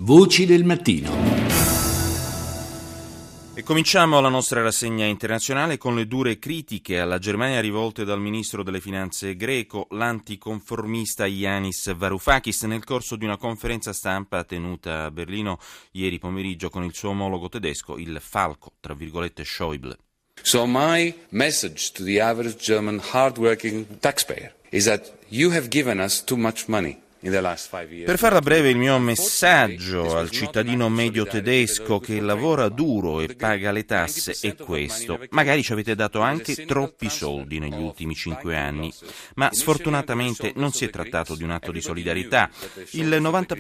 Voci del mattino. E cominciamo la nostra rassegna internazionale con le dure critiche alla Germania rivolte dal ministro delle finanze greco, l'anticonformista Yanis Varoufakis, nel corso di una conferenza stampa tenuta a Berlino ieri pomeriggio con il suo omologo tedesco, il falco, tra virgolette, Schäuble. So my message to the average German hard-working taxpayer is that you have given us too much money. Per farla breve, il mio messaggio al cittadino medio tedesco che lavora duro e paga le tasse è questo. Magari ci avete dato anche troppi soldi negli ultimi 5 anni, ma sfortunatamente non si è trattato di un atto di solidarietà. Il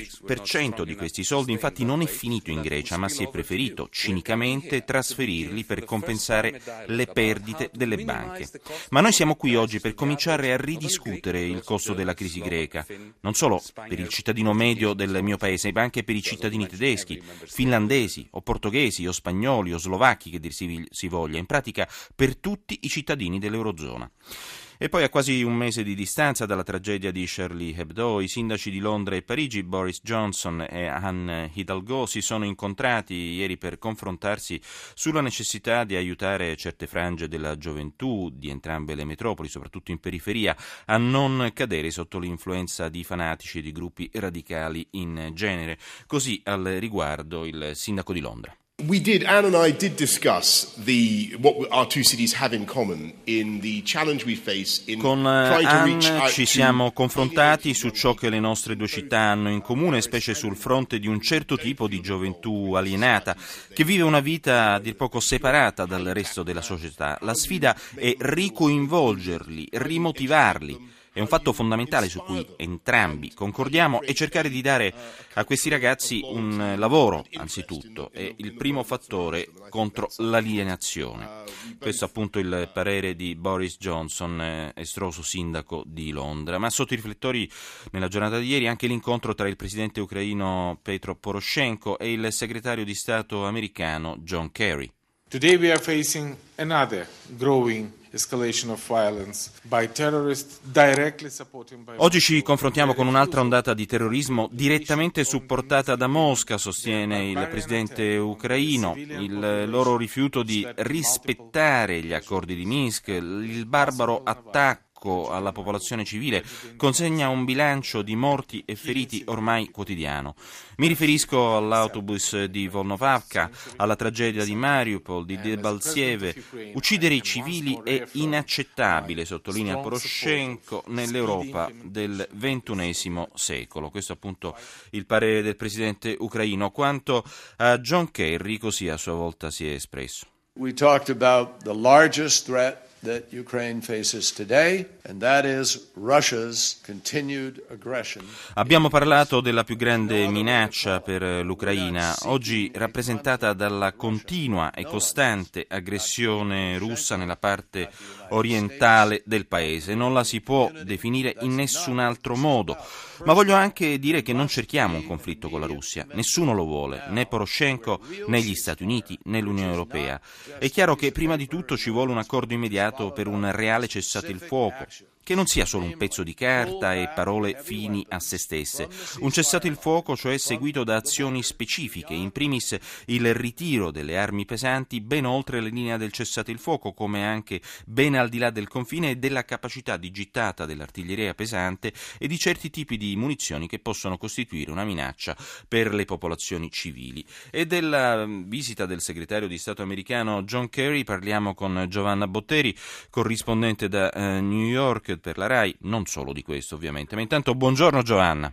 90% di questi soldi infatti non è finito in Grecia, ma si è preferito cinicamente trasferirli per compensare le perdite delle banche. Ma noi siamo qui oggi per cominciare a ridiscutere il costo della crisi greca, non solo per il cittadino medio del mio paese, ma anche per i cittadini tedeschi, finlandesi o portoghesi o spagnoli o slovacchi, che dir si voglia, in pratica per tutti i cittadini dell'Eurozona. E poi, a quasi un mese di distanza dalla tragedia di Charlie Hebdo, i sindaci di Londra e Parigi, Boris Johnson e Anne Hidalgo, si sono incontrati ieri per confrontarsi sulla necessità di aiutare certe frange della gioventù di entrambe le metropoli, soprattutto in periferia, a non cadere sotto l'influenza di fanatici e di gruppi radicali in genere. Così al riguardo il sindaco di Londra. Anne and I did discuss what our two cities have in common in the challenge we face in Con Anne ci siamo confrontati su ciò che le nostre due città hanno in comune, specie sul fronte di un certo tipo di gioventù alienata, che vive una vita a dir poco separata dal resto della società. La sfida è ricoinvolgerli, rimotivarli. È un fatto fondamentale su cui entrambi concordiamo e cercare di dare a questi ragazzi un lavoro, anzitutto, è il primo fattore contro l'alienazione. Questo è appunto il parere di Boris Johnson, estroso sindaco di Londra. Ma sotto i riflettori nella giornata di ieri anche l'incontro tra il presidente ucraino Petro Poroshenko e il segretario di Stato americano John Kerry. Today we are facing another growing escalation of violence by terrorists directly supported by Oggi ci confrontiamo con un'altra ondata di terrorismo direttamente supportata da Mosca, sostiene il presidente ucraino. Il loro rifiuto di rispettare gli accordi di Minsk, il barbaro attacco alla popolazione civile consegna un bilancio di morti e feriti ormai quotidiano. Mi riferisco all'autobus di Volnovavka, alla tragedia di Mariupol, di Debaltseve. Uccidere i civili è inaccettabile, sottolinea Poroshenko, nell'Europa del XXI secolo. Questo è appunto il parere del presidente ucraino. Quanto a John Kerry, così a sua volta si è espresso. We talked about the largest threat that Ukraine faces today, and that is Russia's continued aggression. Abbiamo parlato della più grande minaccia per l'Ucraina, oggi rappresentata dalla continua e costante aggressione russa nella parte orientale del paese. Non la si può definire in nessun altro modo. Ma voglio anche dire che non cerchiamo un conflitto con la Russia, nessuno lo vuole, né Poroshenko, né gli Stati Uniti, né l'Unione Europea. È chiaro che prima di tutto ci vuole un accordo immediato per un reale cessate il fuoco, che non sia solo un pezzo di carta e parole fini a se stesse. Un cessate il fuoco, cioè seguito da azioni specifiche, in primis il ritiro delle armi pesanti ben oltre la linea del cessate il fuoco, come anche ben al di là del confine, e della capacità di gittata dell'artiglieria pesante e di certi tipi di munizioni che possono costituire una minaccia per le popolazioni civili. E della visita del segretario di Stato americano John Kerry parliamo con Giovanna Botteri, corrispondente da New York per la RAI, non solo di questo ovviamente, ma intanto buongiorno Giovanna.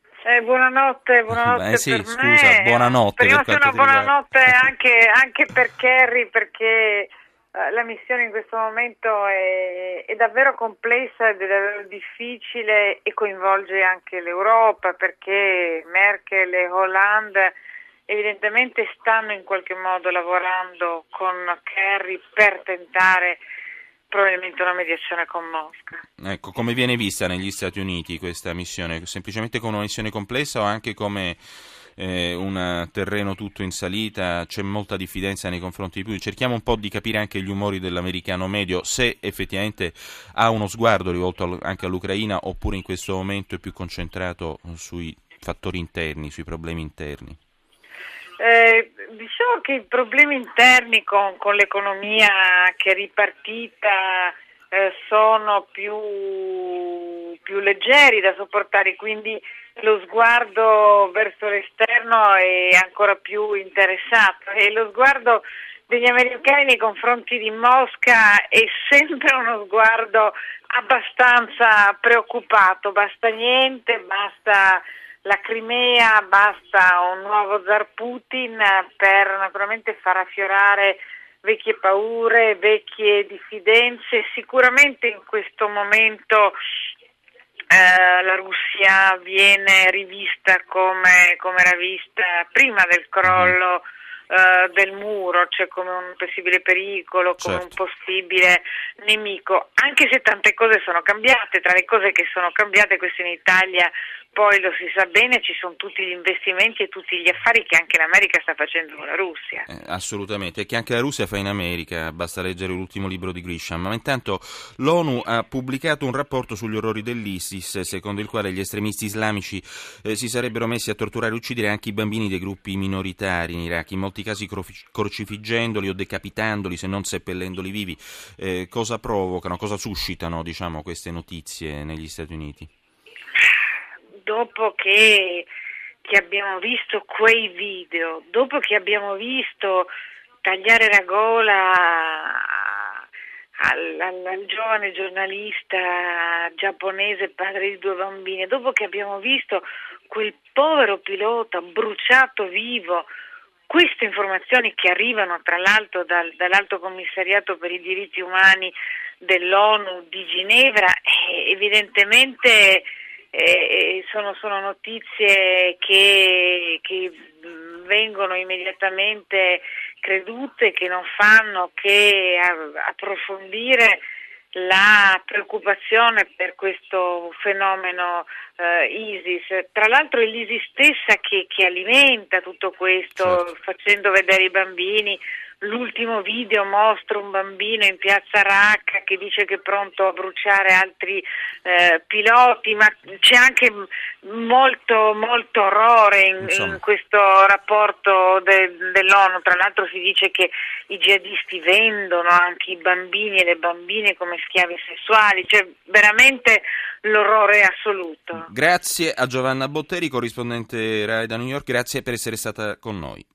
Buonanotte sì, per scusa, me. buonanotte. Speriamo sia una buonanotte anche per Kerry, perché la missione in questo momento è davvero complessa ed è davvero difficile e coinvolge anche l'Europa, perché Merkel e Hollande evidentemente stanno in qualche modo lavorando con Kerry per tentare probabilmente una mediazione con Mosca. Ecco, come viene vista negli Stati Uniti questa missione? Semplicemente come una missione complessa o anche come un terreno tutto in salita? C'è molta diffidenza nei confronti di Putin. Cerchiamo un po' di capire anche gli umori dell'americano medio, se effettivamente ha uno sguardo rivolto anche all'Ucraina oppure in questo momento è più concentrato sui fattori interni, sui problemi interni? Diciamo che i problemi interni con l'economia che è ripartita sono più leggeri da sopportare, quindi lo sguardo verso l'esterno è ancora più interessato e lo sguardo degli americani nei confronti di Mosca è sempre uno sguardo abbastanza preoccupato. Basta niente, basta la Crimea, basta un nuovo zar Putin per naturalmente far affiorare vecchie paure, vecchie diffidenze. Sicuramente in questo momento la Russia viene rivista come era vista prima del crollo del muro, cioè come un possibile pericolo, come un possibile nemico, anche se tante cose sono cambiate. Tra le cose che sono cambiate, questo in Italia poi lo si sa bene, ci sono tutti gli investimenti e tutti gli affari che anche l'America sta facendo con la Russia. Assolutamente, e che anche la Russia fa in America, basta leggere l'ultimo libro di Grisham. Ma intanto l'ONU ha pubblicato un rapporto sugli orrori dell'ISIS, secondo il quale gli estremisti islamici si sarebbero messi a torturare e uccidere anche i bambini dei gruppi minoritari in Iraq, in molti casi crocifiggendoli o decapitandoli, se non seppellendoli vivi. Cosa provocano, cosa suscitano, diciamo, queste notizie negli Stati Uniti? Dopo che abbiamo visto quei video, dopo che abbiamo visto tagliare la gola al giovane giornalista giapponese padre di 2 bambini, dopo che abbiamo visto quel povero pilota bruciato vivo, queste informazioni che arrivano tra l'altro dall'Alto Commissariato per i diritti umani dell'ONU di Ginevra, evidentemente sono notizie che vengono immediatamente credute, che non fanno che approfondire la preoccupazione per questo fenomeno ISIS. Tra l'altro è l'ISIS stessa che alimenta tutto questo, facendo vedere i bambini. L'ultimo video mostra un bambino in piazza Raqqa che dice che è pronto a bruciare altri piloti, ma c'è anche molto orrore in questo rapporto dell'ONU. Tra l'altro si dice che i jihadisti vendono anche i bambini e le bambine come schiavi sessuali, cioè veramente l'orrore assoluto. Grazie a Giovanna Botteri, corrispondente RAI da New York, grazie per essere stata con noi.